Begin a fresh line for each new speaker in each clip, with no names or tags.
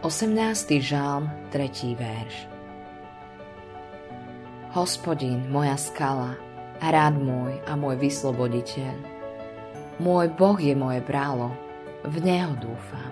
18. žalm, 3. verš. Hospodin, moja skala, hrad môj a môj vysloboditeľ. Môj Boh je moje brálo, v Neho dúfam.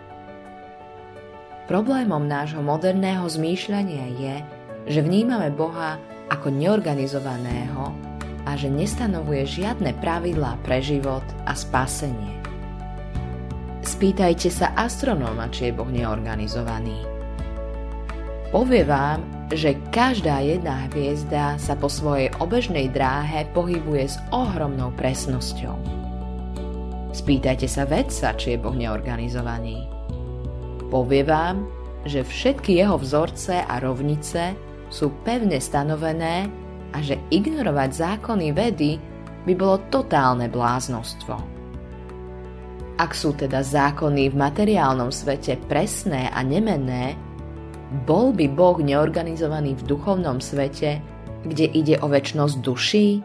Problémom nášho moderného zmýšľania je, že vnímame Boha ako neorganizovaného a že nestanovuje žiadne pravidlá pre život a spasenie. Spýtajte sa astronóma, či je Boh neorganizovaný. Povie vám, že každá jedna hviezda sa po svojej obežnej dráhe pohybuje s ohromnou presnosťou. Spýtajte sa vedca, či je Boh neorganizovaný. Povie vám, že všetky jeho vzorce a rovnice sú pevne stanovené a že ignorovať zákony vedy by bolo totálne bláznostvo. Ak sú teda zákony v materiálnom svete presné a nemenné, bol by Boh neorganizovaný v duchovnom svete, kde ide o večnosť duší?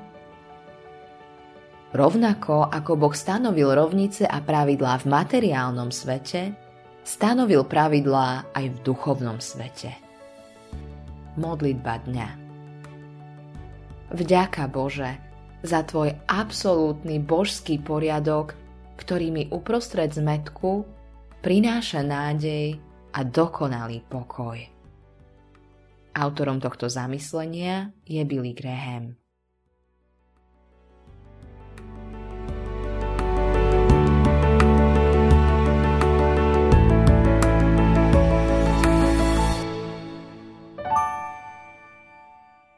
Rovnako ako Boh stanovil rovnice a pravidlá v materiálnom svete, stanovil pravidlá aj v duchovnom svete. Modlitba dňa. Vďaka Bože za tvoj absolútny božský poriadok, ktorý mi uprostred zmätku prináša nádej a dokonalý pokoj. Autorom tohto zamyslenia je Billy Graham.